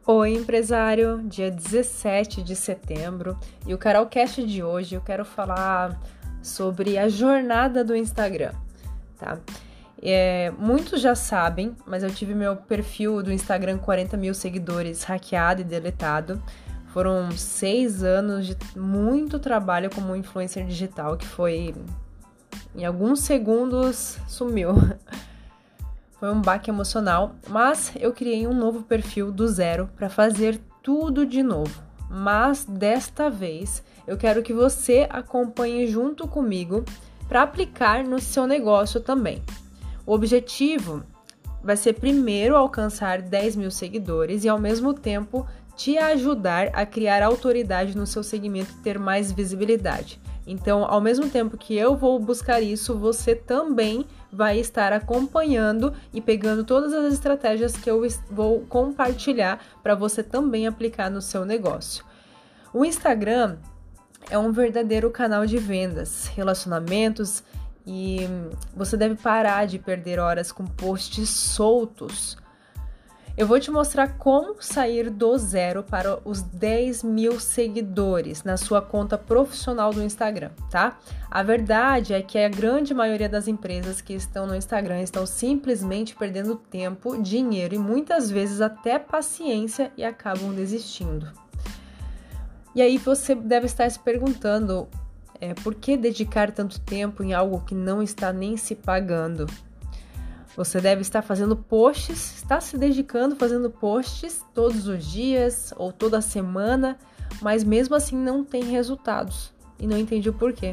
Oi, empresário! Dia 17 de setembro e o Carolcast de hoje eu quero falar sobre a jornada do Instagram, tá? Muitos já sabem, mas eu tive meu perfil do Instagram 40 mil seguidores hackeado e deletado. Foram 6 anos de muito trabalho como influencer digital que foi, em alguns segundos, sumiu. Foi um baque emocional, mas eu criei um novo perfil do zero para fazer tudo de novo. Mas desta vez eu quero que você acompanhe junto comigo para aplicar no seu negócio também. O objetivo vai ser primeiro alcançar 10 mil seguidores e ao mesmo tempo te ajudar a criar autoridade no seu segmento e ter mais visibilidade. Então, ao mesmo tempo que eu vou buscar isso, você também vai estar acompanhando e pegando todas as estratégias que eu vou compartilhar para você também aplicar no seu negócio. O Instagram é um verdadeiro canal de vendas, relacionamentos e você deve parar de perder horas com posts soltos. Eu vou te mostrar como sair do zero para os 10 mil seguidores na sua conta profissional do Instagram, tá? A verdade é que a grande maioria das empresas que estão no Instagram estão simplesmente perdendo tempo, dinheiro e muitas vezes até paciência e acabam desistindo. E aí você deve estar se perguntando, por que dedicar tanto tempo em algo que não está nem se pagando? Você deve estar fazendo posts, está se dedicando fazendo posts todos os dias ou toda semana, mas mesmo assim não tem resultados e não entende o porquê.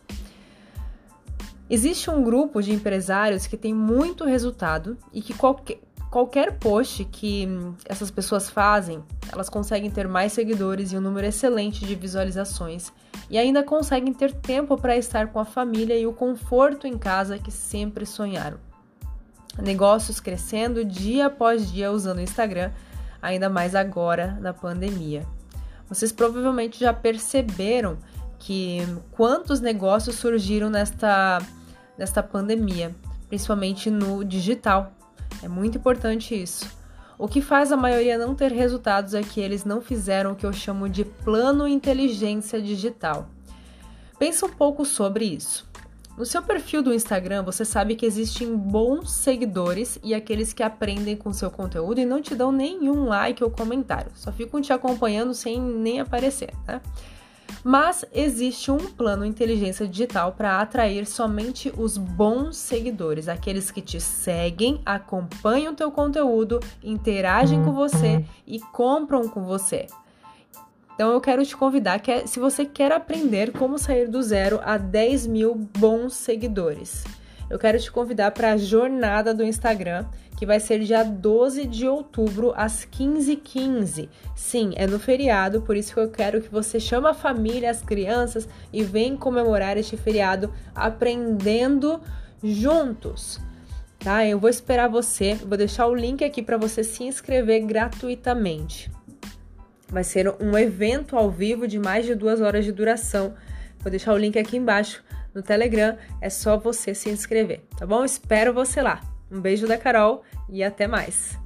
Existe um grupo de empresários que tem muito resultado e que qualquer post que essas pessoas fazem, elas conseguem ter mais seguidores e um número excelente de visualizações e ainda conseguem ter tempo para estar com a família e o conforto em casa que sempre sonharam. Negócios crescendo dia após dia usando o Instagram, ainda mais agora na pandemia. Vocês provavelmente já perceberam que quantos negócios surgiram nesta pandemia, principalmente no digital. É muito importante isso. O que faz a maioria não ter resultados é que eles não fizeram o que eu chamo de plano inteligência digital. Pensa um pouco sobre isso. No seu perfil do Instagram, você sabe que existem bons seguidores e aqueles que aprendem com seu conteúdo e não te dão nenhum like ou comentário, só ficam te acompanhando sem nem aparecer, né? Mas existe um plano inteligência digital para atrair somente os bons seguidores, aqueles que te seguem, acompanham o teu conteúdo, interagem com você e compram com você. Então eu quero te convidar, se você quer aprender como sair do zero a 10 mil bons seguidores, eu quero te convidar para a jornada do Instagram, que vai ser dia 12 de outubro, às 15h15. Sim, é no feriado, por isso que eu quero que você chame a família, as crianças e venha comemorar este feriado aprendendo juntos. Tá? Eu vou esperar você, vou deixar o link aqui para você se inscrever gratuitamente. Vai ser um evento ao vivo de mais de 2 horas de duração. Vou deixar o link aqui embaixo no Telegram. É só você se inscrever, tá bom? Espero você lá. Um beijo da Carol e até mais!